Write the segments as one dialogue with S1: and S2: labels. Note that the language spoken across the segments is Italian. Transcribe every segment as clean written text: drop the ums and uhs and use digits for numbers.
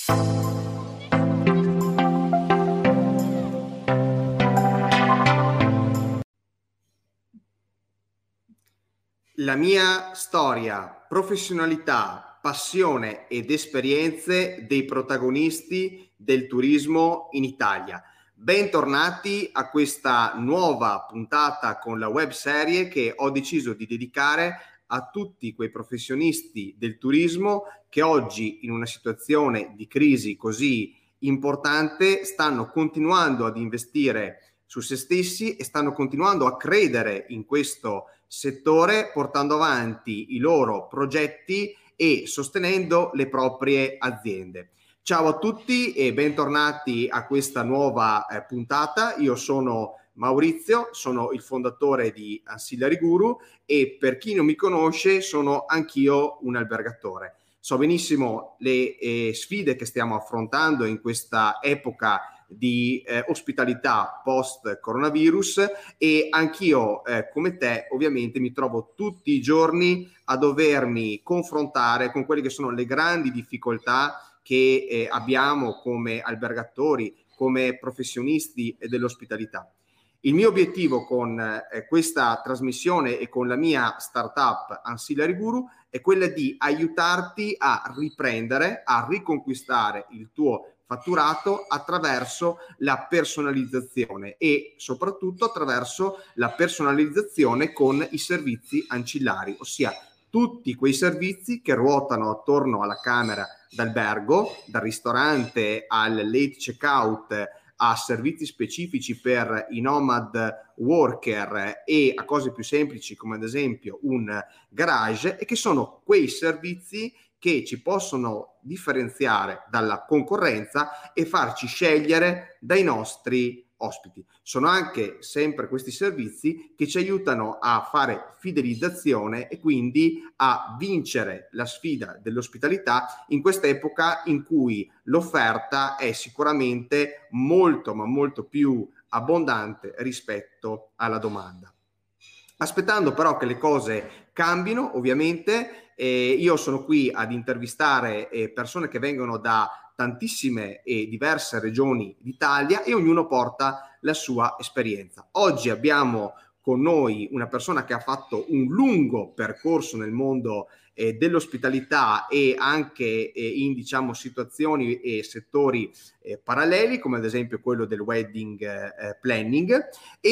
S1: La mia storia, professionalità, passione ed esperienze dei protagonisti del turismo in Italia. Bentornati a questa nuova puntata con la web serie che ho deciso di dedicare a tutti quei professionisti del turismo che oggi, in una situazione di crisi così importante, stanno continuando ad investire su se stessi e stanno continuando a credere in questo settore, portando avanti i loro progetti e sostenendo le proprie aziende. Ciao a tutti e bentornati a questa nuova puntata. Io sono Maurizio, sono il fondatore di Ancillary Guru e per chi non mi conosce sono anch'io un albergatore. So benissimo le sfide che stiamo affrontando in questa epoca di ospitalità post coronavirus e anch'io come te ovviamente mi trovo tutti i giorni a dovermi confrontare con quelle che sono le grandi difficoltà che abbiamo come albergatori, come professionisti dell'ospitalità. Il mio obiettivo con questa trasmissione e con la mia startup Ancillary Guru è quella di aiutarti a riprendere, a riconquistare il tuo fatturato attraverso la personalizzazione e soprattutto attraverso la personalizzazione con i servizi ancillari, ossia tutti quei servizi che ruotano attorno alla camera d'albergo, dal ristorante al late checkout a servizi specifici per i nomad worker e a cose più semplici come ad esempio un garage, e che sono quei servizi che ci possono differenziare dalla concorrenza e farci scegliere dai nostri ospiti. Sono anche sempre questi servizi che ci aiutano a fare fidelizzazione e quindi a vincere la sfida dell'ospitalità in quest'epoca in cui l'offerta è sicuramente molto ma molto più abbondante rispetto alla domanda. Aspettando però che le cose cambino, ovviamente, io sono qui ad intervistare persone che vengono da tantissime e diverse regioni d'Italia e ognuno porta la sua esperienza. Oggi abbiamo con noi una persona che ha fatto un lungo percorso nel mondo dell'ospitalità e anche in diciamo situazioni e settori paralleli come ad esempio quello del wedding planning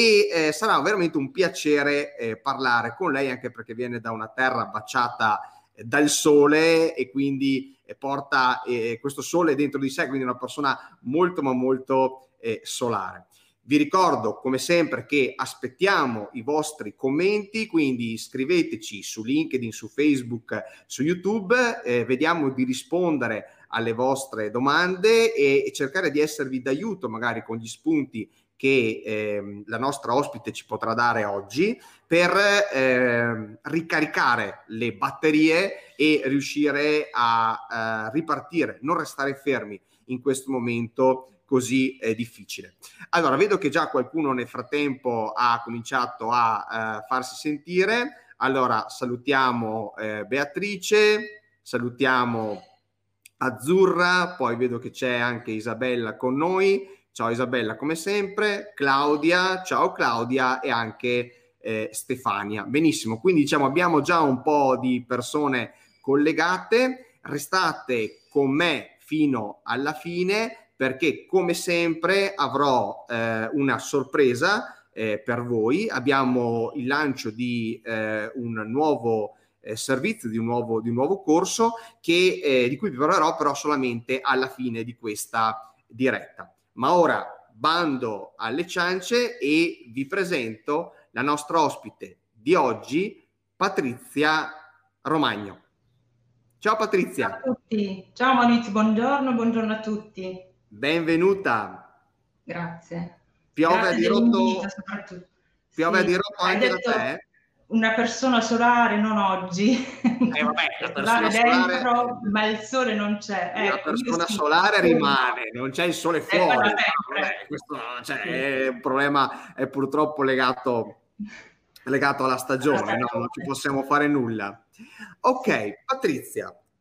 S1: e sarà veramente un piacere parlare con lei, anche perché viene da una terra baciata dal sole e quindi porta questo sole dentro di sé, quindi una persona molto ma molto solare. Vi ricordo come sempre che aspettiamo i vostri commenti, quindi scriveteci su LinkedIn, su Facebook, su YouTube, vediamo di rispondere alle vostre domande e cercare di esservi d'aiuto magari con gli spunti che la nostra ospite ci potrà dare oggi per ricaricare le batterie e riuscire a ripartire, non restare fermi in questo momento così difficile. Allora, vedo che già qualcuno nel frattempo ha cominciato a farsi sentire. Allora, salutiamo Beatrice, salutiamo Azzurra, poi vedo che c'è anche Isabella con noi. Ciao Isabella, come sempre, Claudia, ciao Claudia e anche Stefania. Benissimo, quindi diciamo abbiamo già un po' di persone collegate. Restate con me fino alla fine perché come sempre avrò una sorpresa per voi. Abbiamo il lancio di un nuovo servizio, di un nuovo corso che, di cui vi parlerò però solamente alla fine di questa diretta. Ma ora bando alle ciance e vi presento la nostra ospite di oggi, Patrizia Romagno. Ciao Patrizia.
S2: Ciao a tutti, ciao Maurizio, buongiorno a tutti.
S1: Benvenuta.
S2: Grazie.
S1: Piove
S2: Grazie
S1: a dirotto,
S2: soprattutto.
S1: piove
S2: Sì,
S1: a dirotto
S2: hai
S1: anche da
S2: detto
S1: te?
S2: una persona solare, non oggi.
S1: Vabbè, la persona solare,
S2: dentro, ma il sole non c'è.
S1: la
S2: Ecco, io
S1: persona
S2: sì,
S1: solare rimane, non c'è il sole
S2: ecco da
S1: fuori.
S2: sempre.
S1: Vabbè, questo cioè,
S2: Sì.
S1: è un problema, è purtroppo legato alla stagione, no? Non ci possiamo fare nulla. Ok, Patrizia,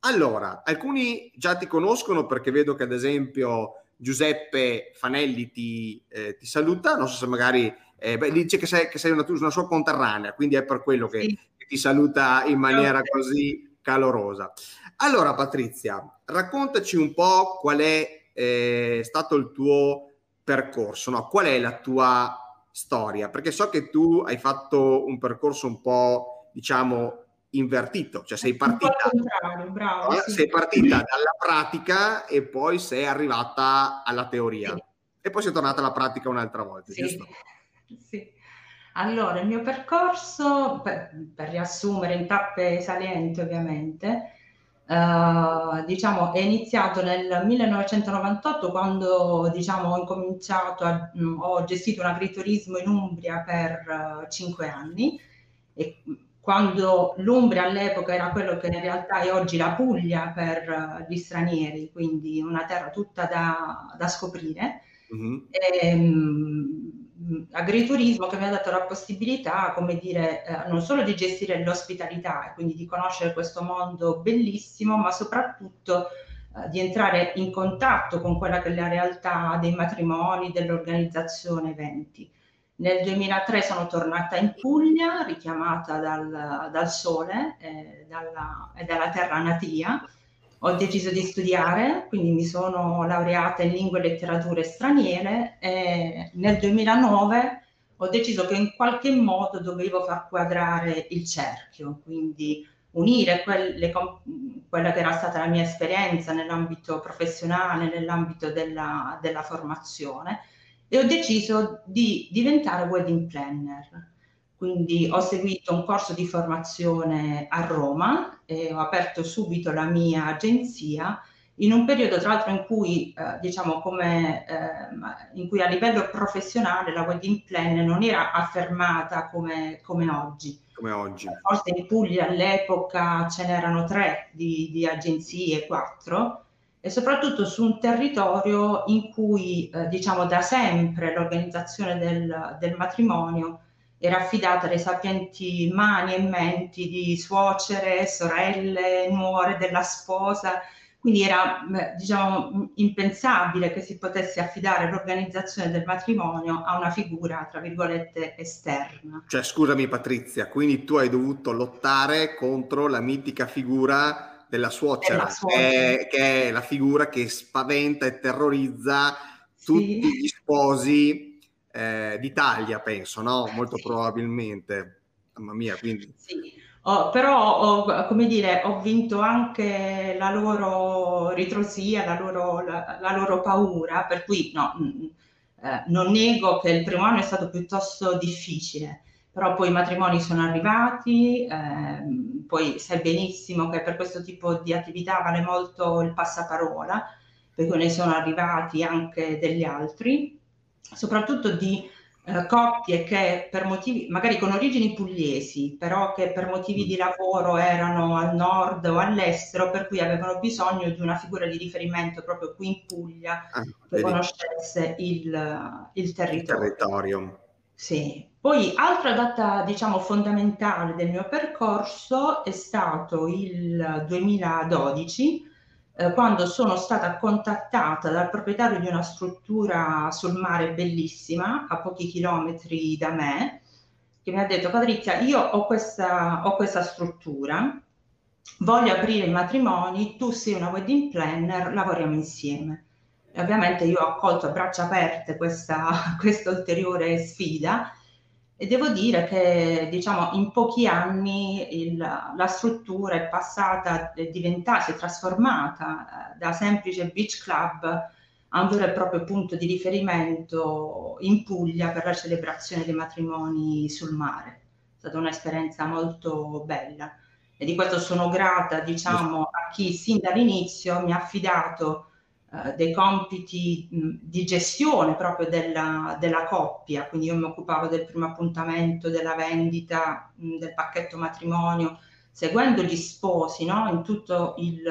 S1: Allora, alcuni già ti conoscono perché vedo che ad esempio Giuseppe Fanelli ti saluta, non so se magari dice che sei una sua conterranea, quindi è per quello
S2: Sì,
S1: che ti saluta in maniera
S2: grazie.
S1: così calorosa. Allora, Patrizia, raccontaci un po' qual è stato il tuo percorso, no? Qual è la tua storia? Perché so che tu hai fatto un percorso un po', diciamo, invertito, cioè
S2: Un po' al contrario, bravo,
S1: sei
S2: sì.
S1: partita dalla pratica e poi sei arrivata alla teoria
S2: Sì,
S1: e poi sei tornata alla pratica un'altra volta,
S2: sì,
S1: giusto?
S2: sì. Allora, il mio percorso, per riassumere in tappe salienti ovviamente, diciamo, è iniziato nel 1998 quando, diciamo, ho incominciato, ho gestito un agriturismo in Umbria per 5 anni e quando l'Umbria all'epoca era quello che in realtà è oggi la Puglia per gli stranieri, quindi una terra tutta da scoprire.
S1: Mhm.
S2: Agriturismo che mi ha dato la possibilità, come dire, non solo di gestire l'ospitalità e quindi di conoscere questo mondo bellissimo, ma soprattutto di entrare in contatto con quella che è la realtà dei matrimoni, dell'organizzazione eventi. Nel 2003 sono tornata in Puglia, richiamata dal sole e dalla terra natia. Ho deciso di studiare, quindi mi sono laureata in lingue e letterature straniere e nel 2009 ho deciso che in qualche modo dovevo far quadrare il cerchio, quindi unire quella che era stata la mia esperienza nell'ambito professionale, nell'ambito della formazione e ho deciso di diventare wedding planner. Quindi ho seguito un corso di formazione a Roma e ho aperto subito la mia agenzia in un periodo tra l'altro in cui, diciamo in cui a livello professionale la wedding plan non era affermata come oggi.
S1: Come oggi.
S2: Forse in Puglia all'epoca ce n'erano 3 di agenzie, 4, e soprattutto su un territorio in cui, diciamo da sempre l'organizzazione del matrimonio era affidata alle sapienti mani e menti di suocere, sorelle, nuore della sposa, quindi era, diciamo, impensabile che si potesse affidare l'organizzazione del matrimonio a una figura, tra virgolette, esterna.
S1: Cioè, scusami Patrizia, quindi tu hai dovuto lottare contro la mitica figura della
S2: Della
S1: suocera,
S2: suocera.
S1: che è la figura che spaventa e terrorizza
S2: Sì.
S1: tutti gli sposi d'Italia, penso, no? Molto probabilmente. Mamma mia, quindi...
S2: Sì, però come dire, ho vinto anche la loro ritrosia, la loro paura, per cui no, non nego che il primo anno è stato piuttosto difficile, però poi i matrimoni sono arrivati, poi sai benissimo che per questo tipo di attività vale molto il passaparola, per cui ne sono arrivati anche degli altri, soprattutto di coppie che per motivi, magari con origini pugliesi, però che per motivi di lavoro erano al nord o all'estero, per cui avevano bisogno di una figura di riferimento proprio qui in Puglia
S1: Ah,
S2: che
S1: vedi,
S2: conoscesse il
S1: il
S2: territorio.
S1: territorio.
S2: Sì. Poi altra data, diciamo, fondamentale del mio percorso è stato il 2012, quando sono stata contattata dal proprietario di una struttura sul mare bellissima, a pochi chilometri da me, che mi ha detto: Patrizia, io ho questa struttura, voglio aprire i matrimoni, tu sei una wedding planner, lavoriamo insieme. E ovviamente io ho accolto a braccia aperte questa ulteriore sfida e devo dire che diciamo in pochi anni la struttura è passata, si è trasformata da semplice beach club a un vero e proprio punto di riferimento in Puglia per la celebrazione dei matrimoni sul mare. È stata un'esperienza molto bella e di questo sono grata, diciamo, a chi sin dall'inizio mi ha affidato dei compiti di gestione proprio della coppia, quindi io mi occupavo del primo appuntamento, della vendita, del pacchetto matrimonio, seguendo gli sposi, no? In tutto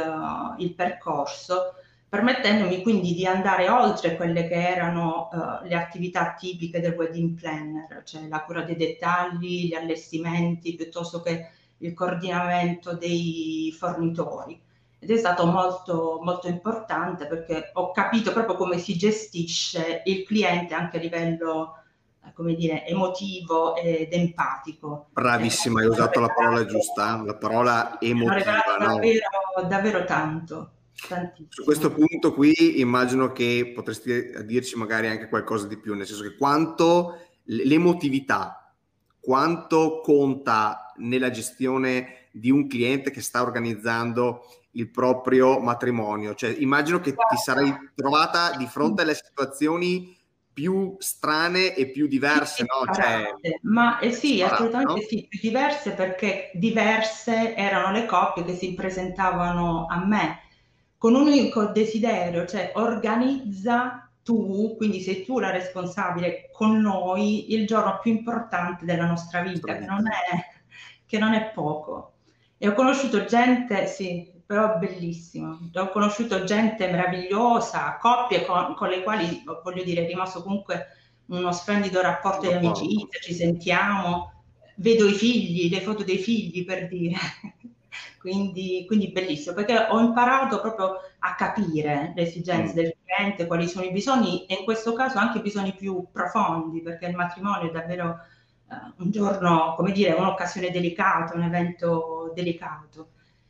S2: il percorso, permettendomi quindi di andare oltre quelle che erano le attività tipiche del wedding planner, cioè la cura dei dettagli, gli allestimenti, piuttosto che il coordinamento dei fornitori. ed è stato molto, molto importante perché ho capito proprio come si gestisce il cliente anche a livello, come dire, emotivo ed empatico.
S1: Bravissima, hai usato la parola giusta, la parola
S2: Mi hanno
S1: emotiva,
S2: regalato
S1: no?
S2: davvero, davvero tanto,
S1: Su questo
S2: tantissimo.
S1: punto qui immagino che potresti dirci magari anche qualcosa di più, nel senso che quanto l'emotività, quanto conta nella gestione di un cliente che sta organizzando il proprio matrimonio. Cioè, immagino che ti
S2: Guarda,
S1: sarai trovata di fronte alle situazioni più strane e più
S2: più
S1: diverse, no? Cioè,
S2: disparate, ma sì,
S1: disparate,
S2: assolutamente
S1: no?
S2: sì, più diverse perché diverse erano le coppie che si presentavano a me con un unico desiderio, cioè organizza tu, quindi sei tu la responsabile con noi il giorno più importante della nostra
S1: Nostra
S2: vita,
S1: vita.
S2: che non è poco. E ho conosciuto gente, sì, però bellissimo. Ho conosciuto gente meravigliosa, coppie con le quali, voglio dire, è rimasto comunque uno splendido rapporto di
S1: Rapporto.
S2: amicizia, ci sentiamo, vedo i figli, le foto dei figli per dire. Quindi bellissimo, perché ho imparato proprio a capire le esigenze
S1: Mm.
S2: del cliente, quali sono i bisogni e in questo caso anche i bisogni più profondi, perché il matrimonio è davvero un giorno, come dire, un'occasione delicata, un evento delicato.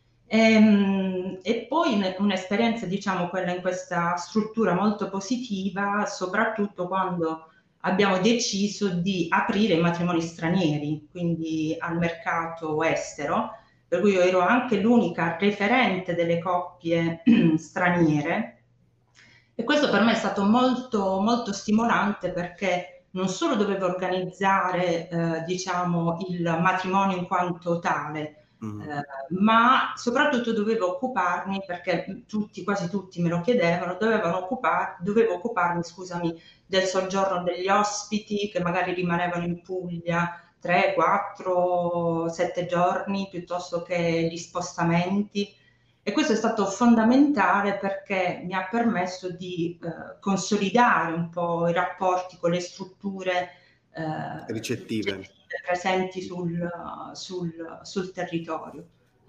S2: E poi un'esperienza, diciamo, quella in questa struttura molto positiva, soprattutto quando abbiamo deciso di aprire i matrimoni stranieri, quindi al mercato estero, per cui io ero anche l'unica referente delle coppie straniere e questo per me è stato molto, molto stimolante perché non solo dovevo organizzare, diciamo, il matrimonio in quanto tale,
S1: Mm.
S2: ma soprattutto dovevo occuparmi, perché tutti, quasi tutti me lo chiedevano, dovevo occuparmi, scusami, del soggiorno degli ospiti che magari rimanevano in Puglia 3, 4, 7 giorni piuttosto che gli spostamenti. E questo è stato fondamentale perché mi ha permesso di consolidare un po' i rapporti con le strutture
S1: Ricettive.
S2: presenti sul territorio.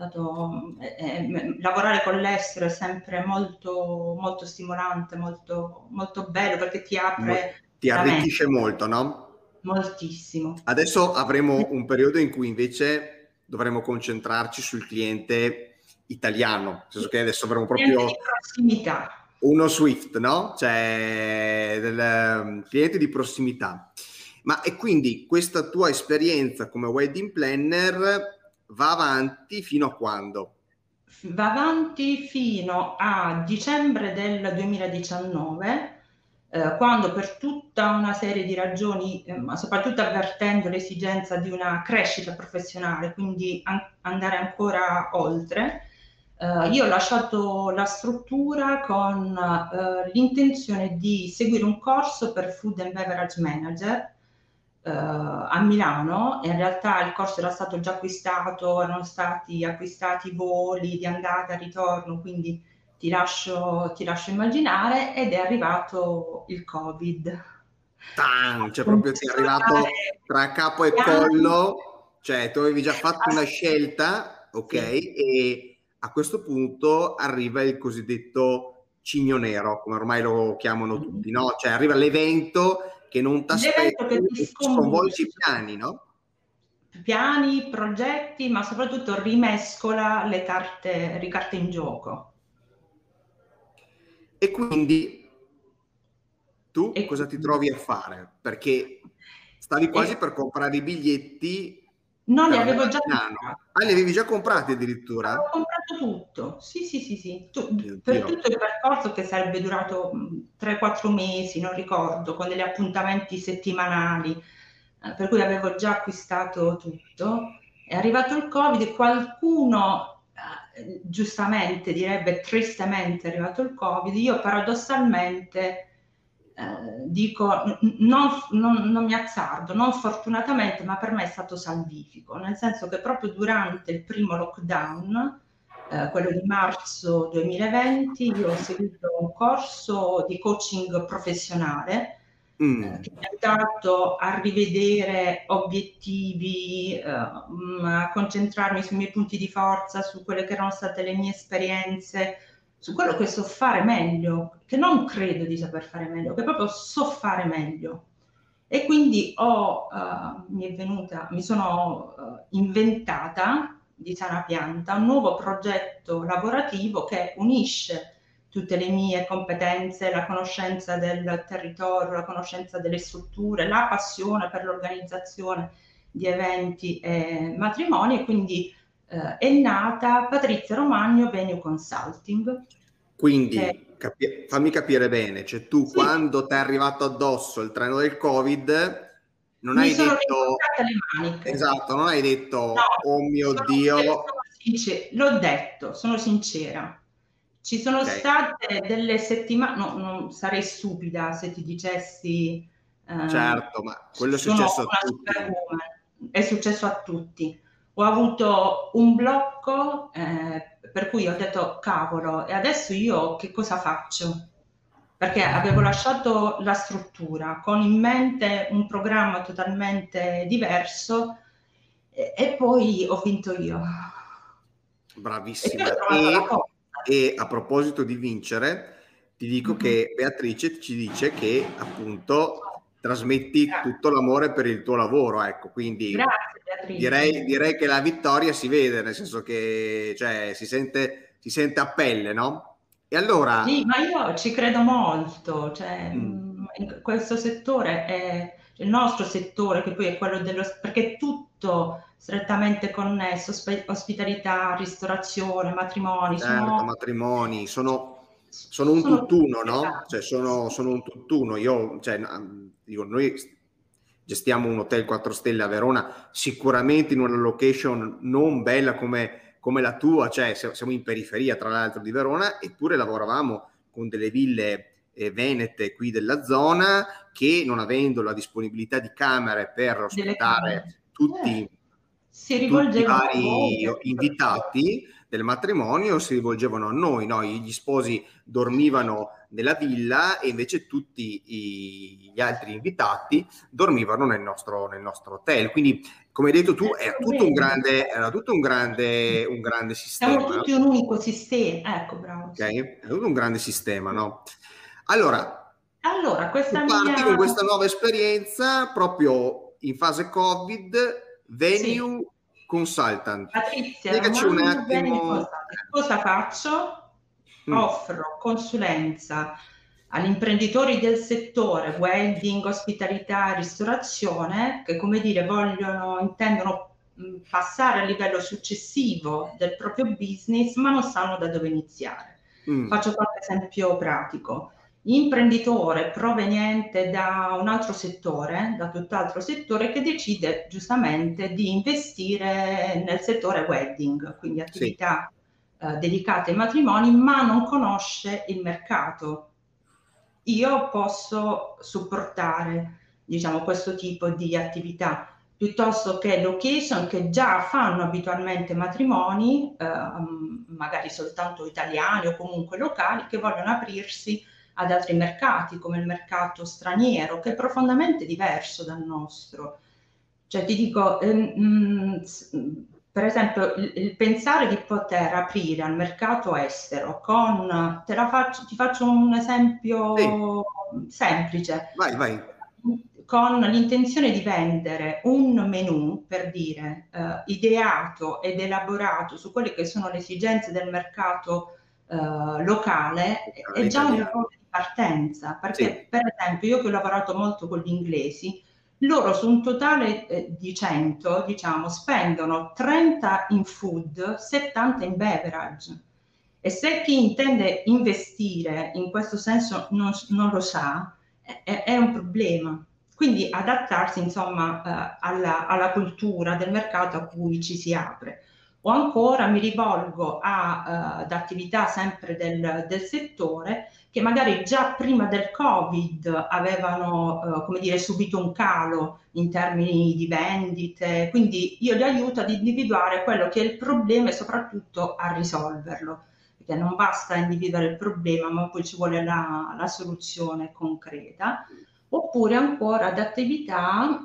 S2: Lavorare con l'estero è sempre molto, molto stimolante, molto, molto bello perché ti apre
S1: Ti
S2: la mente
S1: arricchisce molto, no?
S2: moltissimo.
S1: Adesso avremo un periodo in cui invece dovremo concentrarci sul cliente italiano, nel senso che adesso avremo
S2: Niente di
S1: proprio
S2: prossimità.
S1: uno Swift, no? Cioè del cliente di prossimità. Ma e quindi questa tua esperienza come wedding planner va avanti fino a quando?
S2: Va avanti fino a dicembre del 2019, quando per tutta una serie di ragioni, ma soprattutto avvertendo l'esigenza di una crescita professionale, quindi andare ancora oltre, io ho lasciato la struttura con l'intenzione di seguire un corso per Food and Beverage Manager a Milano e in realtà il corso era stato già acquistato, erano stati acquistati voli di andata e ritorno, quindi ti lascio immaginare ed è arrivato il Covid.
S1: Tan! Cioè proprio ti è arrivato
S2: Condizionare
S1: tra capo e
S2: piani,
S1: collo, cioè tu avevi già fatto una scelta, ok?
S2: sì.
S1: E a questo punto arriva il cosiddetto cigno nero, come ormai lo chiamano tutti, no? Cioè arriva l'evento che non ti
S2: L'evento che
S1: aspetti
S2: ti
S1: e ti sconvolge i
S2: scombussola,
S1: piani, no?
S2: piani, progetti, ma soprattutto rimescola le carte in gioco.
S1: E quindi tu
S2: E
S1: cosa ti
S2: quindi,
S1: trovi a fare? Perché stavi quasi
S2: e
S1: per comprare i biglietti
S2: no, li
S1: per andare
S2: avevo già
S1: a Milano.
S2: comprati.
S1: Ah, li avevi già comprati addirittura?
S2: Avevo comprato tutto. Sì, sì, sì, sì.
S1: Mio
S2: Per
S1: Dio.
S2: tutto il percorso che sarebbe durato 3-4 mesi, non ricordo, con degli appuntamenti settimanali, per cui avevo già acquistato tutto. È arrivato il Covid e qualcuno, giustamente direbbe tristemente è arrivato il Covid, io paradossalmente dico, non mi azzardo, non fortunatamente, ma per me è stato salvifico, nel senso che proprio durante il primo lockdown, quello di marzo 2020, io ho seguito un corso di coaching professionale che mi ha aiutato a rivedere obiettivi, a concentrarmi sui miei punti di forza, su quelle che erano state le mie esperienze, su quello che so fare meglio, che non credo di saper fare meglio, che proprio so fare meglio. E quindi mi sono inventata di sana pianta un nuovo progetto lavorativo che unisce tutte le mie competenze, la conoscenza del territorio, la conoscenza delle strutture, la passione per l'organizzazione di eventi e matrimoni, e quindi è nata Patrizia Romagno Venue Consulting.
S1: Quindi fammi capire bene, cioè tu
S2: Sì,
S1: quando ti è arrivato addosso il treno del Covid non
S2: mi
S1: hai
S2: sono
S1: detto,
S2: rimboccate le maniche.
S1: esatto, non hai
S2: No,
S1: detto oh mio Dio,
S2: l'ho detto, sono sincera. Ci sono
S1: ok,
S2: state delle settimane, no, non sarei stupida se ti dicessi
S1: certo, ma quello è
S2: sono
S1: successo a
S2: una
S1: tutti.
S2: superwoman, è successo a tutti. Ho avuto un blocco per cui ho detto cavolo, e adesso io che cosa faccio? Perché avevo lasciato la struttura con in mente un programma totalmente diverso e poi ho vinto io. E poi ho
S1: Bravissima.
S2: trovato la forza.
S1: E a proposito di vincere, ti dico
S2: Mhm.
S1: che Beatrice ci dice che appunto trasmetti
S2: Grazie,
S1: tutto l'amore per il tuo lavoro, ecco, quindi
S2: grazie Beatrice.
S1: direi che la vittoria si vede, nel senso che cioè, si sente a pelle, no? E allora,
S2: Sì, ma io ci credo molto, cioè,
S1: mm,
S2: in questo settore è il nostro settore, che poi è quello perché è tutto strettamente connesso, ospitalità, ristorazione, matrimoni,
S1: certo, matrimoni, sono un
S2: sono
S1: tutt'uno,
S2: tutti
S1: no?
S2: legati.
S1: Cioè,
S2: Sì,
S1: sono
S2: sì.
S1: un tutt'uno. Io, cioè, dico, noi gestiamo un hotel 4 stelle a Verona, sicuramente in una location non bella come la tua, cioè siamo in periferia, tra l'altro, di Verona, eppure lavoravamo con delle ville venete qui della zona che, non avendo la disponibilità di camere per
S2: Delle camere.
S1: ospitare tutti
S2: Si
S1: tutti i
S2: rivolgevano a voi,
S1: vari
S2: per forza.
S1: invitati del matrimonio si rivolgevano a noi, no? Gli sposi dormivano nella villa e invece tutti gli altri invitati dormivano nel nostro hotel. Quindi, come hai detto tu, era tutto un grande
S2: Siamo
S1: sistema, no?
S2: tutti un unico sistema. Ecco, bravo,
S1: Ok?
S2: sì.
S1: È tutto un grande sistema, no? Allora,
S2: Allora,
S1: tu
S2: questa
S1: parti con
S2: mia...
S1: questa nuova esperienza proprio in fase Covid,
S2: Sì,
S1: Venue Consultant.
S2: Patrizia
S1: Spiegaci un
S2: Romano, Venue
S1: attimo.
S2: Consulting. Cosa faccio?
S1: Mm,
S2: Offro consulenza agli imprenditori del settore, wedding, ospitalità, ristorazione, che come dire intendono passare al livello successivo del proprio business, ma non sanno da dove iniziare.
S1: mm,
S2: Faccio qualche esempio pratico. Imprenditore proveniente da un altro settore, da tutt'altro settore, che decide giustamente di investire nel settore wedding, quindi
S1: sì,
S2: attività dedicate ai matrimoni, ma non conosce il mercato. Io posso supportare, diciamo, questo tipo di attività piuttosto che location che già fanno abitualmente matrimoni, magari soltanto italiani o comunque locali, che vogliono aprirsi ad altri mercati, come il mercato straniero, che è profondamente diverso dal nostro. Cioè, ti dico, per esempio, il pensare di poter aprire al mercato estero con, ti faccio un
S1: sì,
S2: esempio semplice,
S1: vai, vai.
S2: con l'intenzione di vendere un menù, per dire, ideato ed elaborato su quelle che sono le esigenze del mercato locale, è già un
S1: Italiano.
S2: errore di partenza, perché
S1: Sì,
S2: per esempio io che ho lavorato molto con gli inglesi, loro su un totale di 100, diciamo, spendono 30 in food, 70 in beverage. E se chi intende investire in questo senso non lo sa, è un problema. Quindi adattarsi, insomma, alla cultura del mercato a cui ci si apre. O ancora mi rivolgo ad attività sempre del settore che magari già prima del Covid avevano, come dire, subito un calo in termini di vendite, quindi io li aiuto ad individuare quello che è il problema e soprattutto a risolverlo, perché non basta individuare il problema, ma poi ci vuole la soluzione concreta. oppure ancora ad attività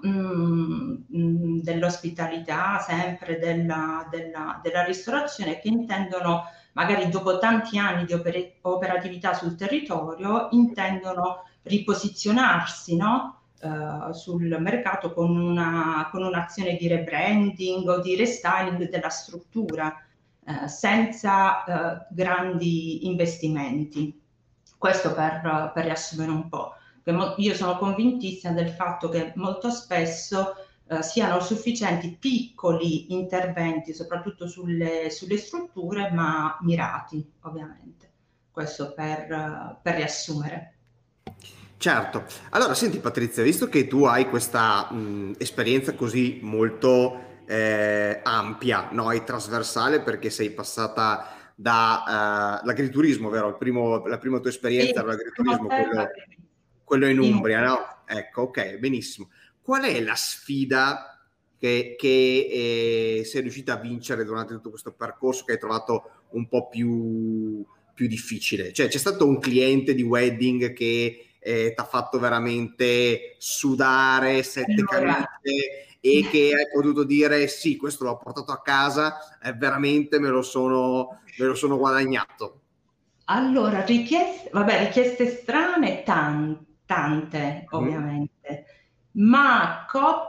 S2: dell'ospitalità, sempre della ristorazione, che intendono, magari dopo tanti anni di operatività sul territorio, intendono riposizionarsi, no? Sul mercato con un'azione di rebranding o di restyling della struttura, senza grandi investimenti. Questo per riassumere un po'. Io sono convintissima del fatto che molto spesso siano sufficienti piccoli interventi, soprattutto sulle strutture, ma mirati, ovviamente. Questo per riassumere.
S1: Certo. Allora, senti Patrizia, visto che tu hai questa esperienza così molto ampia, no? E trasversale, perché sei passata dall'agriturismo, vero? La prima tua
S2: Sì,
S1: esperienza era
S2: primo
S1: l'agriturismo,
S2: tempo
S1: quello in
S2: in
S1: Umbria,
S2: Umbria.
S1: no? Ecco, ok, benissimo. Qual è la sfida che sei riuscita a vincere durante tutto questo percorso, che hai trovato un po' più difficile? Cioè, c'è stato un cliente di wedding che ti ha fatto veramente sudare sette
S2: Allora,
S1: camicie e che hai potuto dire sì, questo l'ho portato a casa, veramente me lo sono guadagnato.
S2: allora, richieste strane, tante,
S1: Mm.
S2: ovviamente, ma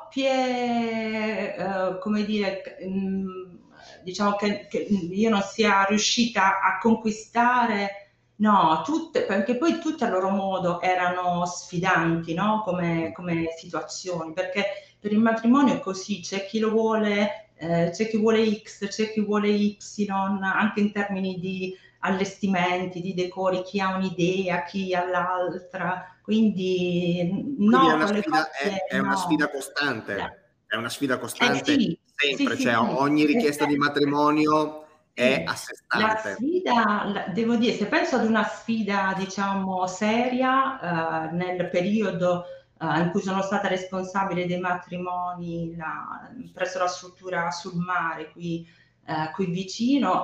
S2: coppie, come dire, diciamo che io non sia riuscita a conquistare, no, tutte, perché poi tutte a loro modo erano sfidanti, no? Come situazioni, perché per il matrimonio è così, c'è chi lo vuole, c'è chi vuole X, c'è chi vuole Y, anche in termini di allestimenti, di decori, chi ha un'idea, chi ha l'altra, quindi
S1: Quindi
S2: no, con le coppie
S1: è una
S2: no.
S1: sfida costante, è una sfida
S2: Sì,
S1: costante
S2: sì,
S1: sempre,
S2: sì,
S1: cioè
S2: sì,
S1: ogni
S2: è
S1: richiesta di
S2: sempre.
S1: matrimonio è
S2: Sì,
S1: a sé
S2: la
S1: stante.
S2: sfida, devo dire, se penso ad una sfida, diciamo, seria, nel periodo in cui sono stata responsabile dei matrimoni presso la struttura sul mare, qui vicino,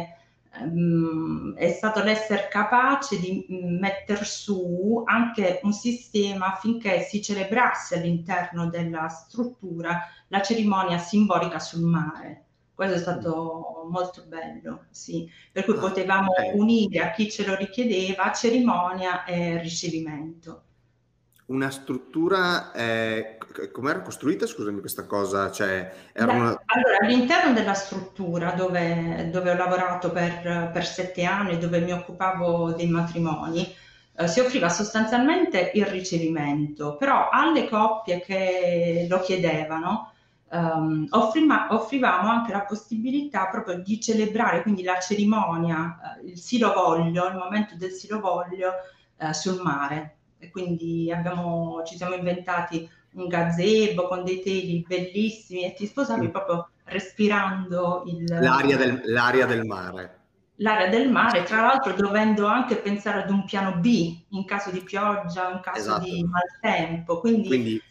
S2: è stato l'essere capace di mettere su anche un sistema affinché si celebrasse all'interno della struttura la cerimonia simbolica sul mare. Questo è stato molto bello, sì. Per cui
S1: Ah,
S2: potevamo
S1: ok.
S2: unire a chi ce lo richiedeva cerimonia e ricevimento.
S1: Una struttura, com'era costruita? Scusami questa cosa, cioè era una...
S2: Allora, all'interno della struttura dove ho lavorato per 7 anni, dove mi occupavo dei matrimoni, si offriva sostanzialmente il ricevimento, però alle coppie che lo chiedevano, offrivamo anche la possibilità proprio di celebrare, quindi la cerimonia, il silovoglio, il momento del silovoglio, sul mare. E quindi ci siamo inventati un gazebo con dei teli bellissimi e ti sposavi proprio respirando
S1: l'aria del mare.
S2: l'aria del mare, tra l'altro dovendo anche pensare ad un piano B in caso di pioggia, in caso
S1: Esatto.
S2: di maltempo, quindi
S1: Quindi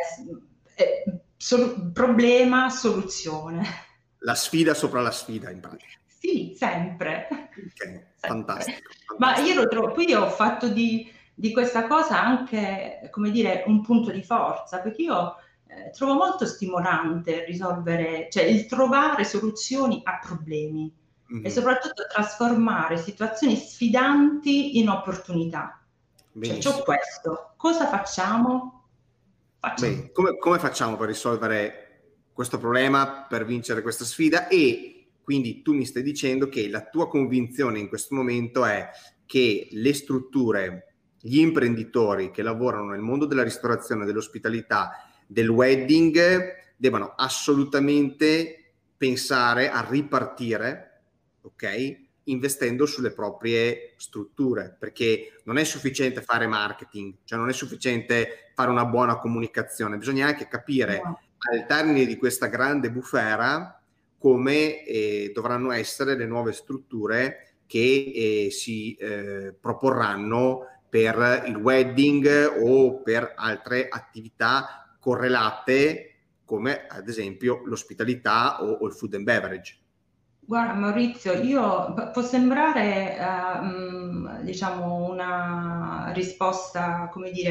S2: problema, soluzione.
S1: la sfida sopra la sfida, in pratica.
S2: Sì, sempre,
S1: Ok,
S2: sempre.
S1: fantastico,
S2: Ma io
S1: fantastico.
S2: lo trovo, poi io ho fatto di questa cosa anche, come dire, un punto di forza, perché io trovo molto stimolante risolvere, cioè il trovare soluzioni a problemi e
S1: Mhm.
S2: soprattutto trasformare situazioni sfidanti in opportunità. Cioè, c'ho
S1: Benissimo.
S2: questo, cosa facciamo? Facciamo.
S1: Bene, come facciamo per risolvere questo problema, per vincere questa sfida? E quindi tu mi stai dicendo che la tua convinzione in questo momento è che le strutture, gli imprenditori che lavorano nel mondo della ristorazione, dell'ospitalità, del wedding, devono assolutamente pensare a ripartire, ok? Investendo sulle proprie strutture, perché non è sufficiente fare marketing, cioè non è sufficiente fare una buona comunicazione, bisogna anche capire
S2: No.
S1: al termine di questa grande bufera come dovranno essere le nuove strutture che si proporranno per il wedding o per altre attività correlate come ad esempio l'ospitalità o il food and beverage.
S2: Guarda Maurizio, può sembrare diciamo una risposta, come dire,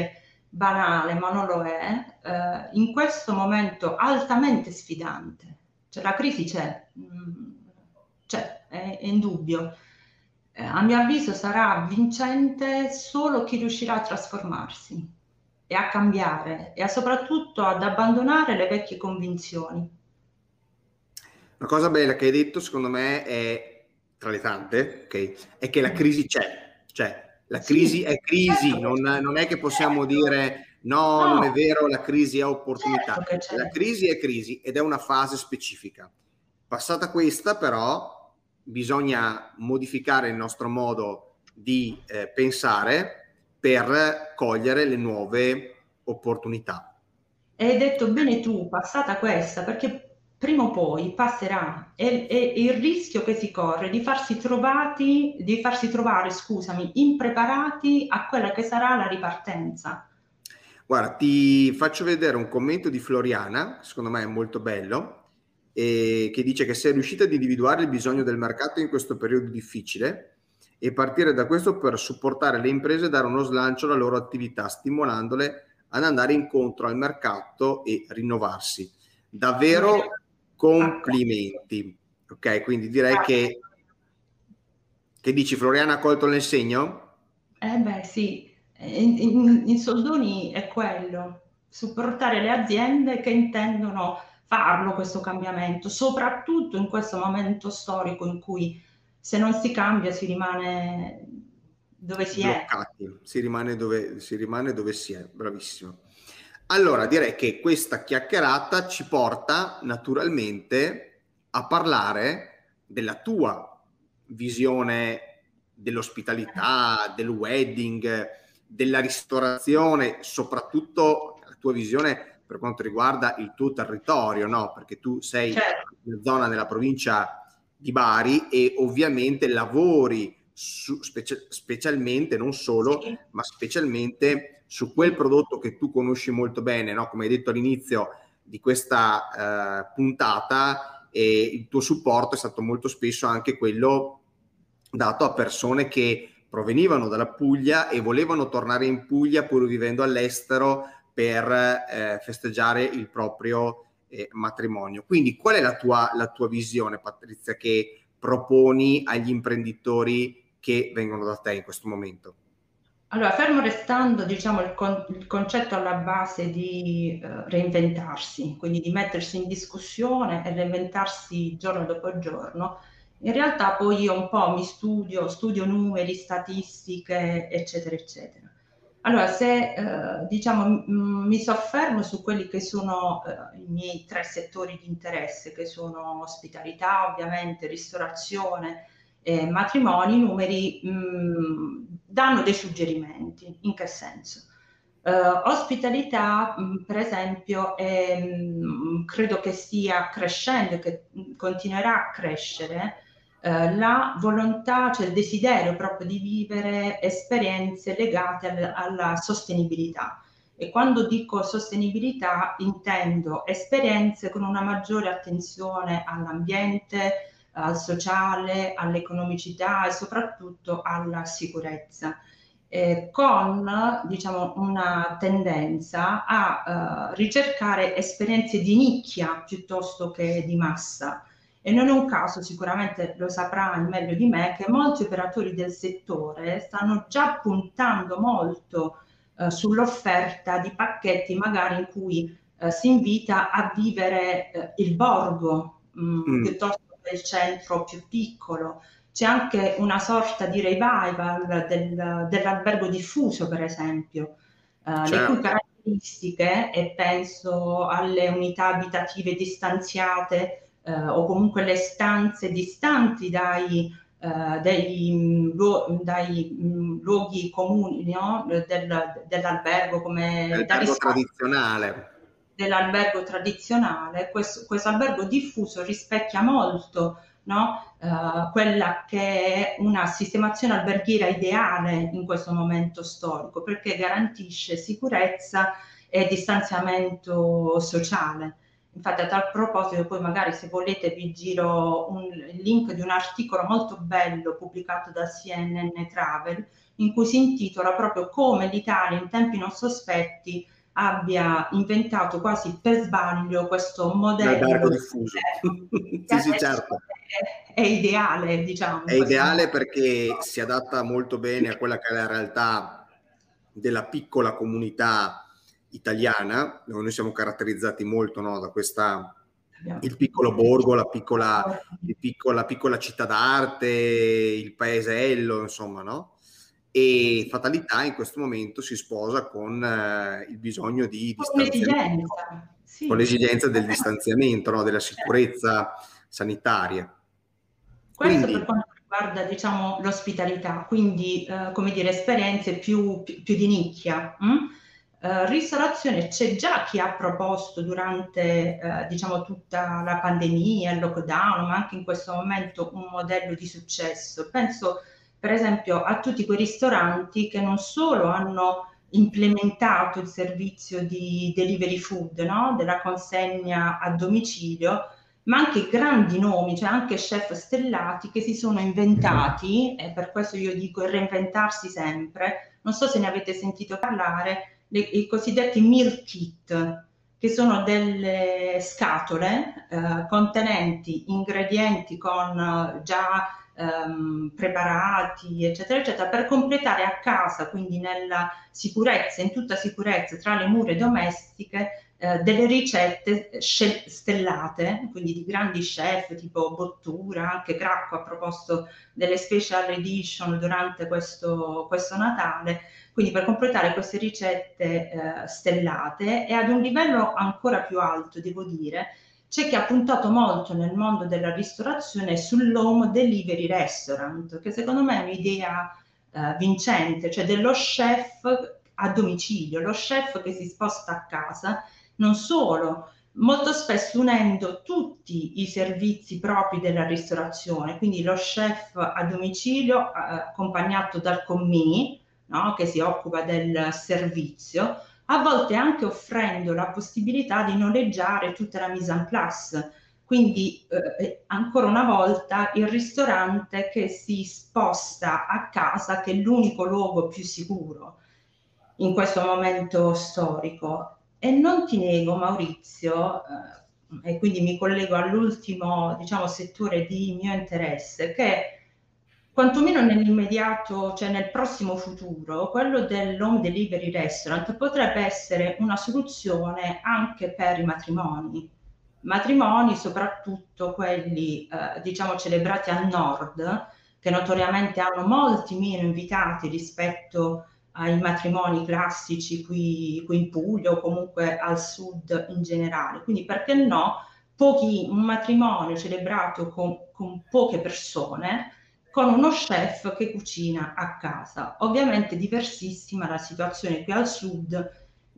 S2: banale, ma non lo è, in questo momento altamente sfidante. Cioè la crisi c'è, c'è, è indubbio. A mio avviso sarà vincente solo chi riuscirà a trasformarsi e a cambiare e soprattutto ad abbandonare le vecchie convinzioni.
S1: Una cosa bella che hai detto, secondo me, è, tra le tante, ok, è che la crisi c'è. Cioè, la crisi
S2: Sì,
S1: è crisi,
S2: certo che
S1: non è che possiamo
S2: certo.
S1: dire no, non
S2: No,
S1: è vero, la crisi è
S2: certo
S1: opportunità.
S2: che
S1: La
S2: c'è.
S1: crisi è crisi ed è una fase specifica. Passata questa, però, bisogna modificare il nostro modo di pensare per cogliere le nuove opportunità.
S2: E hai detto bene tu, passata questa, perché prima o poi passerà. E il rischio che si corre di farsi trovare, scusami, impreparati a quella che sarà la ripartenza.
S1: Guarda, ti faccio vedere un commento di Floriana, che secondo me è molto bello, che dice che sei riuscita ad individuare il bisogno del mercato in questo periodo difficile e partire da questo per supportare le imprese e dare uno slancio alla loro attività, stimolandole ad andare incontro al mercato e rinnovarsi. Davvero complimenti. Ok, quindi direi che dici Floriana ha colto nel segno?
S2: Eh beh, sì, in soldoni è quello, supportare le aziende che intendono farlo questo cambiamento, soprattutto in questo momento storico in cui se non si cambia si rimane dove si è.
S1: Bloccati, si rimane dove si è, bravissimo. Allora, direi che questa chiacchierata ci porta naturalmente a parlare della tua visione dell'ospitalità, del wedding, della ristorazione, soprattutto la tua visione per quanto riguarda il tuo territorio, no? Perché tu sei
S2: Certo,
S1: in zona nella provincia di Bari e ovviamente lavori specialmente, non solo,
S2: sì,
S1: ma specialmente su quel
S2: sì.
S1: prodotto che tu conosci molto bene, no? Come hai detto all'inizio di questa puntata, e il tuo supporto è stato molto spesso anche quello dato a persone che provenivano dalla Puglia e volevano tornare in Puglia pur vivendo all'estero per festeggiare il proprio matrimonio. Quindi qual è la tua visione, Patrizia, che proponi agli imprenditori che vengono da te in questo momento?
S2: Allora, fermo restando, diciamo, il concetto alla base di reinventarsi, quindi di mettersi in discussione e reinventarsi giorno dopo giorno, in realtà poi io un po' studio numeri, statistiche, eccetera, eccetera. Allora, se diciamo mi soffermo su quelli che sono i miei tre settori di interesse, che sono ospitalità, ovviamente, ristorazione e matrimoni, i numeri danno dei suggerimenti. In che senso? Ospitalità, per esempio, credo che stia crescendo e che continuerà a crescere la volontà, cioè il desiderio proprio di vivere esperienze legate alla sostenibilità. E quando dico sostenibilità intendo esperienze con una maggiore attenzione all'ambiente, al sociale, all'economicità e soprattutto alla sicurezza. Con diciamo, una tendenza a ricercare esperienze di nicchia piuttosto che di massa. E non è un caso, sicuramente lo saprai meglio di me, che molti operatori del settore stanno già puntando molto sull'offerta di pacchetti magari in cui si invita a vivere il borgo
S1: Mm,
S2: piuttosto che il centro più piccolo. C'è anche una sorta di revival dell'albergo diffuso, per esempio, le cui
S1: certo.
S2: caratteristiche, e penso alle unità abitative distanziate o comunque le stanze distanti dai luoghi comuni, no? Dell'albergo, come da
S1: L'albergo
S2: riscontro
S1: tradizionale.
S2: dell'albergo tradizionale. Questo albergo diffuso rispecchia molto, no? Quella che è una sistemazione alberghiera ideale in questo momento storico, perché garantisce sicurezza e distanziamento sociale. Infatti, a tal proposito, poi magari se volete vi giro il link di un articolo molto bello pubblicato da CNN Travel, in cui si intitola proprio come l'Italia in tempi non sospetti abbia inventato quasi per sbaglio questo
S1: L'albergo
S2: modello
S1: diffuso.
S2: che
S1: Sì, sì,
S2: adesso
S1: certo.
S2: è ideale, diciamo,
S1: È
S2: in questo
S1: ideale
S2: momento.
S1: perché si adatta molto bene a quella che è la realtà della piccola comunità italiana. Noi siamo caratterizzati molto, no, da questa, il piccolo borgo, la piccola città d'arte, il paesello, insomma, no? E fatalità in questo momento si sposa con il bisogno di
S2: Con
S1: distanziamento,
S2: un'esigenza,
S1: con
S2: sì.
S1: l'esigenza del distanziamento, no? Della
S2: Certo.
S1: sicurezza sanitaria.
S2: Questo per
S1: Quindi,
S2: quanto riguarda, diciamo, l'ospitalità, quindi, come dire, esperienze più di nicchia. Ristorazione, c'è già chi ha proposto durante, diciamo, tutta la pandemia, il lockdown, ma anche in questo momento un modello di successo. Penso, per esempio, a tutti quei ristoranti che non solo hanno implementato il servizio di delivery food, no? Della consegna a domicilio, ma anche grandi nomi, cioè anche chef stellati che si sono inventati, e per questo io dico reinventarsi sempre, non so se ne avete sentito parlare, i cosiddetti meal kit, che sono delle scatole contenenti ingredienti con già preparati, eccetera, eccetera, per completare a casa, quindi nella sicurezza, in tutta sicurezza, tra le mura domestiche, delle ricette stellate, quindi di grandi chef tipo Bottura, anche Cracco ha proposto delle special edition durante questo Natale, quindi per completare queste ricette stellate, e ad un livello ancora più alto, devo dire, c'è chi ha puntato molto nel mondo della ristorazione sull'home delivery restaurant, che secondo me è un'idea vincente, cioè dello chef a domicilio, lo chef che si sposta a casa, non solo, molto spesso unendo tutti i servizi propri della ristorazione, quindi lo chef a domicilio accompagnato dal commì, no, che si occupa del servizio, a volte anche offrendo la possibilità di noleggiare tutta la mise en place. Quindi ancora una volta il ristorante che si sposta a casa, che è l'unico luogo più sicuro in questo momento storico. E non ti nego, Maurizio, e quindi mi collego all'ultimo, diciamo, settore di mio interesse, che quantomeno nell'immediato, cioè nel prossimo futuro, quello dell'home delivery restaurant potrebbe essere una soluzione anche per i matrimoni, soprattutto quelli, diciamo, celebrati al nord, che notoriamente hanno molti meno invitati rispetto ai matrimoni classici qui in Puglia o comunque al sud in generale. Quindi perché no, un matrimonio celebrato con poche persone, con uno chef che cucina a casa. Ovviamente diversissima la situazione qui al sud,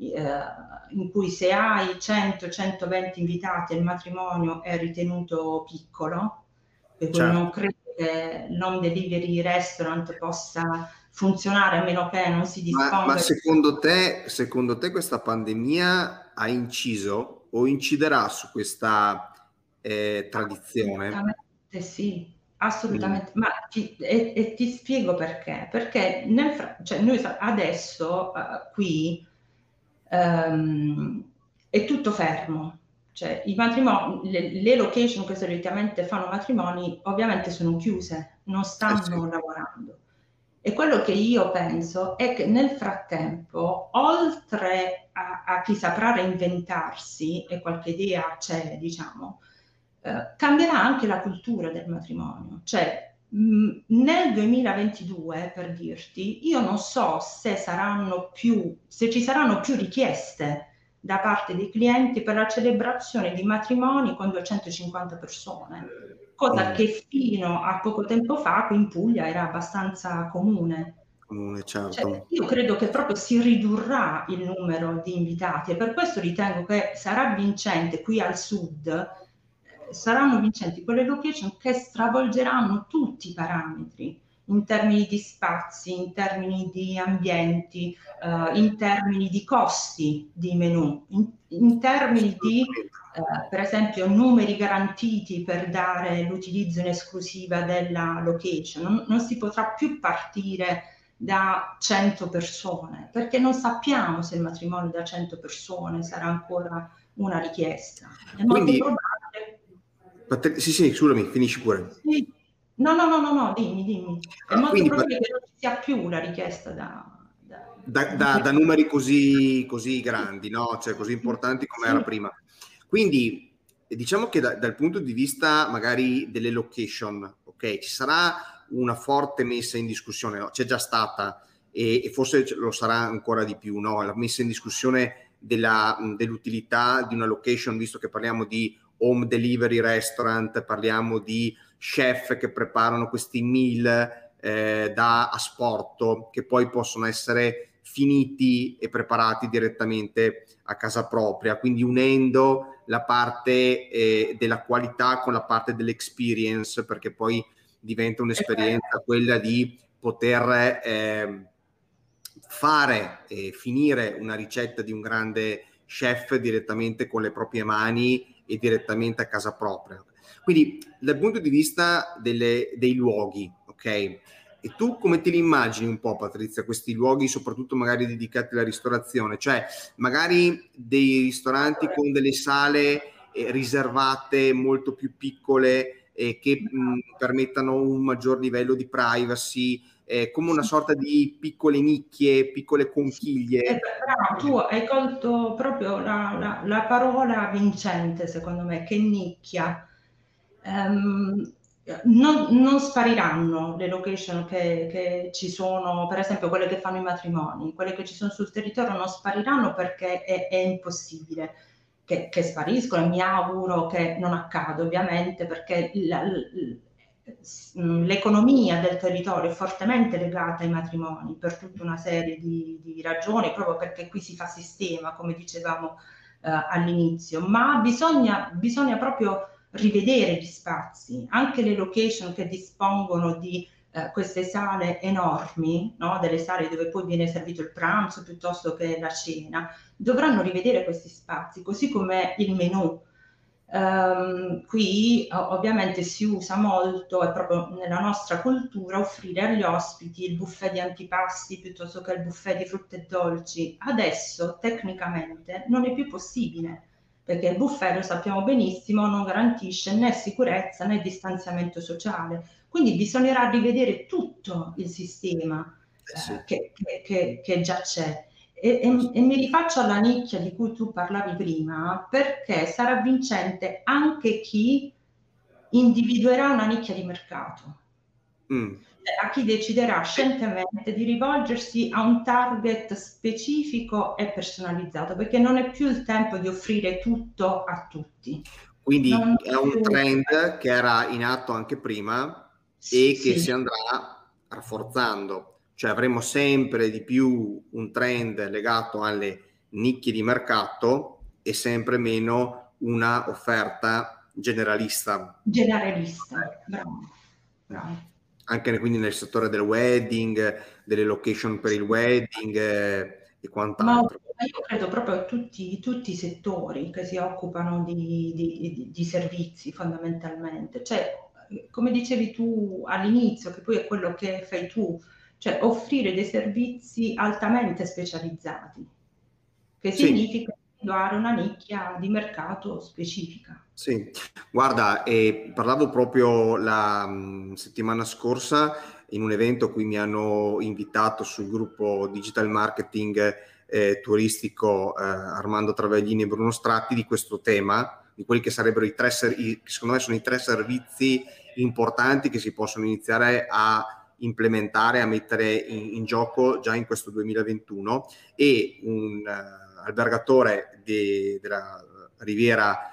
S2: in cui se hai 100-120 invitati e il matrimonio è ritenuto piccolo, per cui non
S1: certo.
S2: credo che l'home delivery restaurant possa funzionare a meno che non si
S1: Ma
S2: disponga di...
S1: secondo te questa pandemia ha inciso o inciderà su questa tradizione?
S2: Assolutamente sì,
S1: Mm.
S2: assolutamente. Ma ti spiego perché. Perché cioè noi adesso qui è tutto fermo. Cioè i matrimoni, le location che solitamente fanno matrimoni ovviamente sono chiuse, non
S1: Eh sì,
S2: stanno lavorando. E quello che io penso è che nel frattempo, oltre a chi saprà reinventarsi, e qualche idea c'è, diciamo, cambierà anche la cultura del matrimonio. Cioè, nel 2022, per dirti, io non so se se ci saranno più richieste da parte dei clienti per la celebrazione di matrimoni con 250 persone, cosa
S1: mm,
S2: che fino a poco tempo fa qui in Puglia era abbastanza comune.
S1: comune,
S2: Cioè,
S1: certo.
S2: io credo che proprio si ridurrà il numero di invitati, e per questo ritengo che sarà vincente qui al sud, saranno vincenti quelle location che stravolgeranno tutti i parametri in termini di spazi, in termini di ambienti, in termini di costi di menù, in termini di
S1: Assolutamente.
S2: per esempio numeri garantiti per dare l'utilizzo in esclusiva della location. Non si potrà più partire da 100 persone, perché non sappiamo se il matrimonio da 100 persone sarà ancora una richiesta. È molto
S1: Quindi,
S2: probabile.
S1: sì, scusami, finisci pure.
S2: Sì. No, no, no, no, no, dimmi, dimmi. È molto
S1: Quindi,
S2: probabile che non ci sia più la richiesta di
S1: da
S2: questo.
S1: numeri così grandi, no? Cioè così
S2: Sì,
S1: importanti come era
S2: sì.
S1: prima. Quindi diciamo che dal punto di vista magari delle location, ok, ci sarà una forte messa in discussione, no? C'è già stata e forse lo sarà ancora di più, no? La messa in discussione dell'utilità di una location, visto che parliamo di home delivery restaurant, parliamo di chef che preparano questi meal da asporto che poi possono essere finiti e preparati direttamente a casa propria, quindi unendo la parte della qualità con la parte dell'experience, perché poi diventa un'esperienza quella di poter fare e finire una ricetta di un grande chef direttamente con le proprie mani e direttamente a casa propria. Quindi dal punto di vista dei luoghi, ok? E tu come te li immagini un po', Patrizia, questi luoghi, soprattutto magari dedicati alla ristorazione? Cioè, magari dei ristoranti con delle sale riservate molto più piccole che permettano un maggior livello di privacy, come una sorta di piccole nicchie, piccole conchiglie.
S2: Bravo, tu hai colto proprio la parola vincente, secondo me, che nicchia. Non spariranno le location che ci sono, per esempio quelle che fanno i matrimoni, quelle che ci sono sul territorio non spariranno perché è impossibile che spariscono, e mi auguro che non accada ovviamente, perché l'economia del territorio è fortemente legata ai matrimoni per tutta una serie di ragioni, proprio perché qui si fa sistema, come dicevamo all'inizio, ma bisogna proprio rivedere gli spazi, anche le location che dispongono di queste sale enormi, no? Delle sale dove poi viene servito il pranzo piuttosto che la cena, dovranno rivedere questi spazi, così come il menù. Qui ovviamente si usa molto, è proprio nella nostra cultura, offrire agli ospiti il buffet di antipasti piuttosto che il buffet di frutte e dolci. Adesso tecnicamente non è più possibile, perché il buffet, lo sappiamo benissimo, non garantisce né sicurezza né distanziamento sociale. Quindi bisognerà rivedere tutto il sistema
S1: Sì.
S2: che già c'è. E mi rifaccio alla nicchia di cui tu parlavi prima, perché sarà vincente anche chi individuerà una nicchia di mercato, a chi deciderà scientemente di rivolgersi a un target specifico e personalizzato, perché non è più il tempo di offrire tutto a tutti.
S1: Quindi
S2: Non
S1: è
S2: è
S1: un
S2: più...
S1: trend che era in atto anche prima e che
S2: Sì,
S1: si andrà rafforzando, cioè avremo sempre di più un trend legato alle nicchie di mercato e sempre meno una offerta generalista.
S2: generalista, bravo, bravo.
S1: Anche quindi nel settore del wedding, delle location per il wedding e
S2: Ma
S1: quant'altro.
S2: io credo proprio a tutti i settori che si occupano di servizi fondamentalmente. Cioè, come dicevi tu all'inizio, che poi è quello che fai tu, cioè offrire dei servizi altamente specializzati, che
S1: Sì.
S2: significa individuare una nicchia di mercato specifica.
S1: Sì, guarda, parlavo proprio la settimana scorsa in un evento a cui mi hanno invitato sul gruppo Digital Marketing turistico Armando Travaglini e Bruno Stratti di questo tema, di quelli che sarebbero secondo me sono i 3 servizi importanti che si possono iniziare a implementare, a mettere in gioco già in questo 2021 e un albergatore della Riviera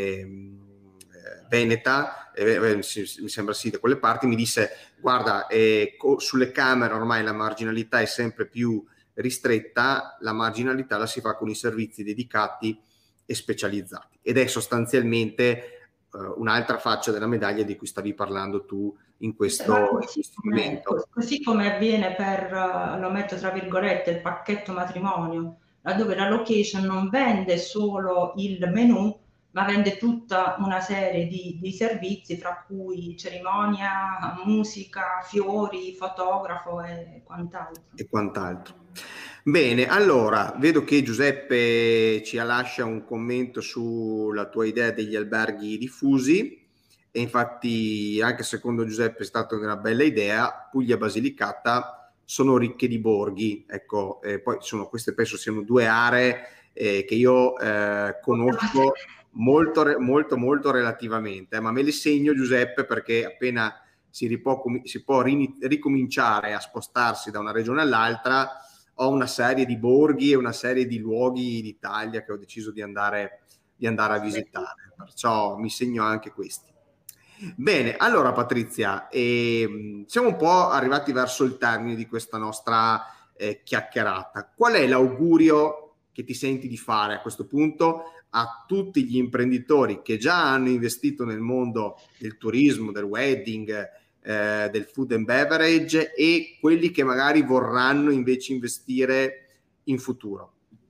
S1: Veneta, mi sembra sì, da quelle parti, mi disse guarda, sulle camere ormai la marginalità è sempre più ristretta, la marginalità la si fa con i servizi dedicati e specializzati ed è sostanzialmente un'altra faccia della medaglia di cui stavi parlando tu in questo momento.
S2: Così come avviene per, lo metto tra virgolette, il pacchetto matrimonio, laddove la location non vende solo il menù, ma vende tutta una serie di servizi, tra cui cerimonia, musica, fiori, fotografo e quant'altro.
S1: E quant'altro. Bene, allora, vedo che Giuseppe ci lascia un commento sulla tua idea degli alberghi diffusi, e infatti anche secondo Giuseppe è stata una bella idea. Puglia e Basilicata sono ricche di borghi, ecco, poi queste penso siano due aree che io conosco molto relativamente, ma me le segno, Giuseppe, perché appena si può ricominciare a spostarsi da una regione all'altra, ho una serie di borghi e una serie di luoghi d'Italia che ho deciso di andare a visitare, perciò mi segno anche questi. Bene, allora Patrizia, siamo un po' arrivati verso il termine di questa nostra chiacchierata. Qual è l'augurio che ti senti di fare a questo punto a tutti gli imprenditori che già hanno investito nel mondo del turismo, del wedding, del food and beverage, e quelli che magari vorranno invece investire in futuro?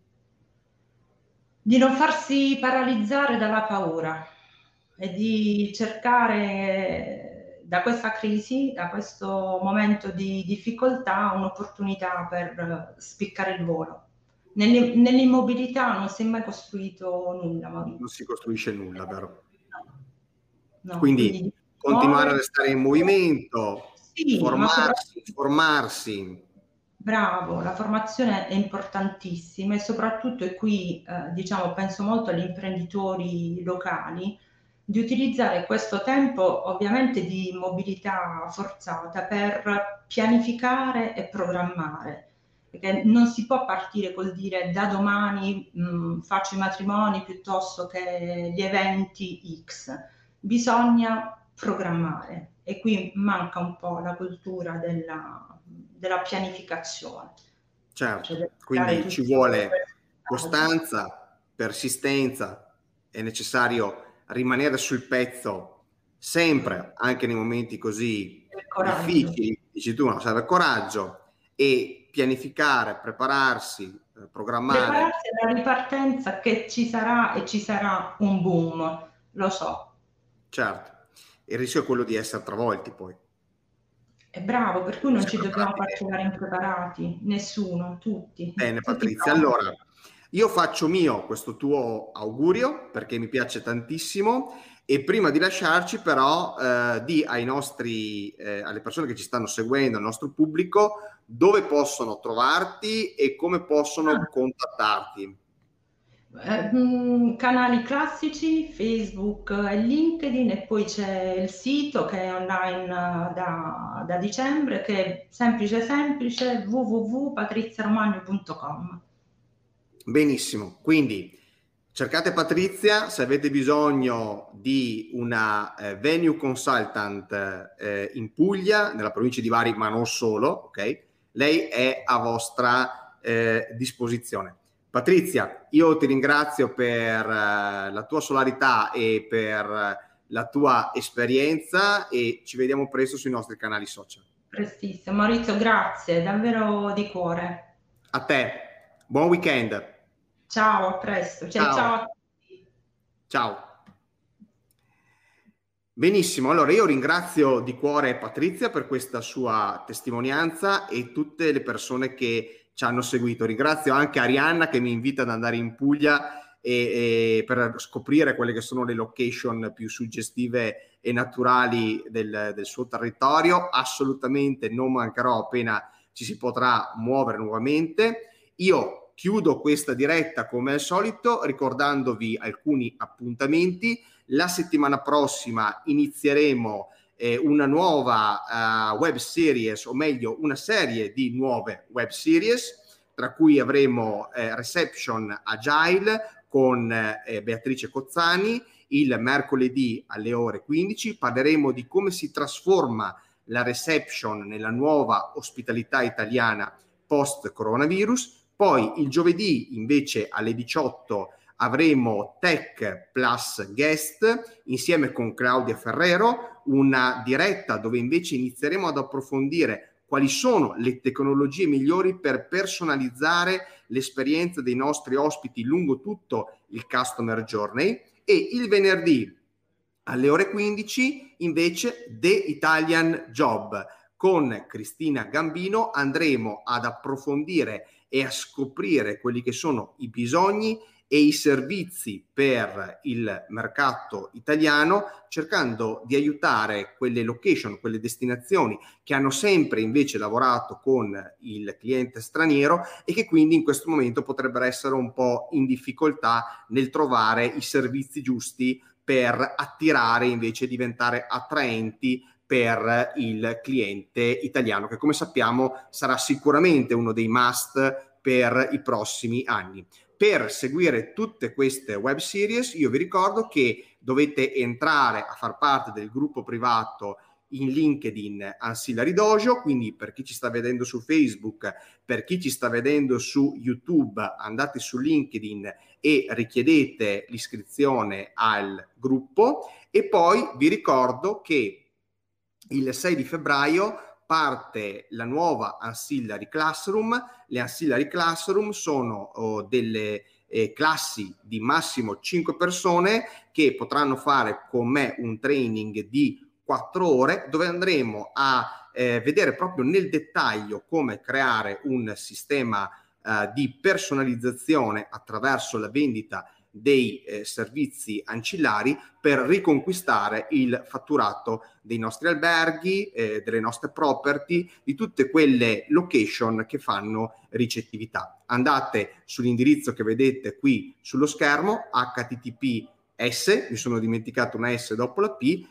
S2: Di non farsi paralizzare dalla paura e di cercare da questa crisi, da questo momento di difficoltà, un'opportunità per spiccare il volo. Nell'immobilità non si è mai costruito nulla, Maurizio.
S1: Non si costruisce nulla, vero?
S2: No,
S1: Quindi continuare a restare in movimento,
S2: sì,
S1: formarsi.
S2: Bravo, la formazione è importantissima e soprattutto, e qui diciamo, penso molto agli imprenditori locali, di utilizzare questo tempo ovviamente di mobilità forzata per pianificare e programmare, perché non si può partire col dire da domani faccio i matrimoni piuttosto che gli eventi X, bisogna programmare, e qui manca un po' la cultura della pianificazione.
S1: Certo,
S2: Cioè,
S1: quindi ci vuole costanza, persistenza, è necessario rimanere sul pezzo sempre, anche nei momenti così difficili, dici tu, no? Serve coraggio e pianificare, prepararsi, programmare.
S2: Prepararsi alla ripartenza, che ci sarà, e ci sarà un boom, lo so.
S1: Certo, il rischio è quello di essere travolti poi.
S2: È bravo, per cui non ci dobbiamo far trovare impreparati, nessuno, tutti.
S1: Bene,
S2: Tutti
S1: Patrizia,
S2: pronti.
S1: allora io faccio mio questo tuo augurio perché mi piace tantissimo, e prima di lasciarci però di alle persone che ci stanno seguendo, al nostro pubblico, dove possono trovarti e come possono contattarti.
S2: Canali classici, Facebook e LinkedIn, e poi c'è il sito che è online da dicembre, che è semplice www.patriziaromagno.com.
S1: Benissimo, quindi cercate Patrizia se avete bisogno di una venue consultant in Puglia, nella provincia di Bari, ma non solo, ok? Lei è a vostra disposizione. Patrizia, io ti ringrazio per la tua solarità e per la tua esperienza, e ci vediamo presto sui nostri canali social.
S2: Prestissimo. Maurizio, grazie, davvero di cuore.
S1: A te, buon weekend.
S2: Ciao, a presto. Cioè,
S1: Ciao.
S2: ciao a tutti.
S1: Ciao. Benissimo, allora io ringrazio di cuore Patrizia per questa sua testimonianza e tutte le persone che ci hanno seguito. Ringrazio anche Arianna che mi invita ad andare in Puglia e per scoprire quelle che sono le location più suggestive e naturali del suo territorio. Assolutamente non mancherò appena ci si potrà muovere nuovamente. Io chiudo questa diretta come al solito ricordandovi alcuni appuntamenti. La settimana prossima inizieremo una nuova web series, o meglio una serie di nuove web series, tra cui avremo Reception Agile con Beatrice Cozzani. Il mercoledì alle ore 15 parleremo di come si trasforma la reception nella nuova ospitalità italiana post coronavirus. Poi il giovedì invece alle 18 avremo Tech Plus Guest insieme con Claudia Ferrero, una diretta dove invece inizieremo ad approfondire quali sono le tecnologie migliori per personalizzare l'esperienza dei nostri ospiti lungo tutto il Customer Journey. e il venerdì alle ore 15 invece The Italian Job. Con Cristina Gambino andremo ad approfondire e a scoprire quelli che sono i bisogni e i servizi per il mercato italiano, cercando di aiutare quelle location, quelle destinazioni che hanno sempre invece lavorato con il cliente straniero e che quindi in questo momento potrebbero essere un po' in difficoltà nel trovare i servizi giusti per attirare, invece diventare attraenti per il cliente italiano, che come sappiamo sarà sicuramente uno dei must per i prossimi anni. Per seguire tutte queste web series io vi ricordo che dovete entrare a far parte del gruppo privato in LinkedIn Ancillary Dojo, quindi per chi ci sta vedendo su Facebook, per chi ci sta vedendo su YouTube, andate su LinkedIn e richiedete l'iscrizione al gruppo. E poi vi ricordo che il 6 di febbraio parte la nuova Ancillary Classroom. Le Ancillary Classroom sono delle classi di massimo 5 persone che potranno fare con me un training di 4 ore dove andremo a vedere proprio nel dettaglio come creare un sistema di personalizzazione attraverso la vendita dei servizi ancillari per riconquistare il fatturato dei nostri alberghi, delle nostre property, di tutte quelle location che fanno ricettività. Andate sull'indirizzo che vedete qui sullo schermo, https, mi sono dimenticato una S dopo la P,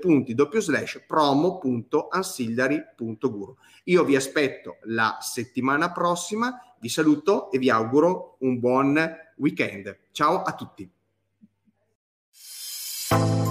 S1: promo.ancillary.guru. Io vi aspetto la settimana prossima, vi saluto e vi auguro un buon weekend. Ciao a tutti.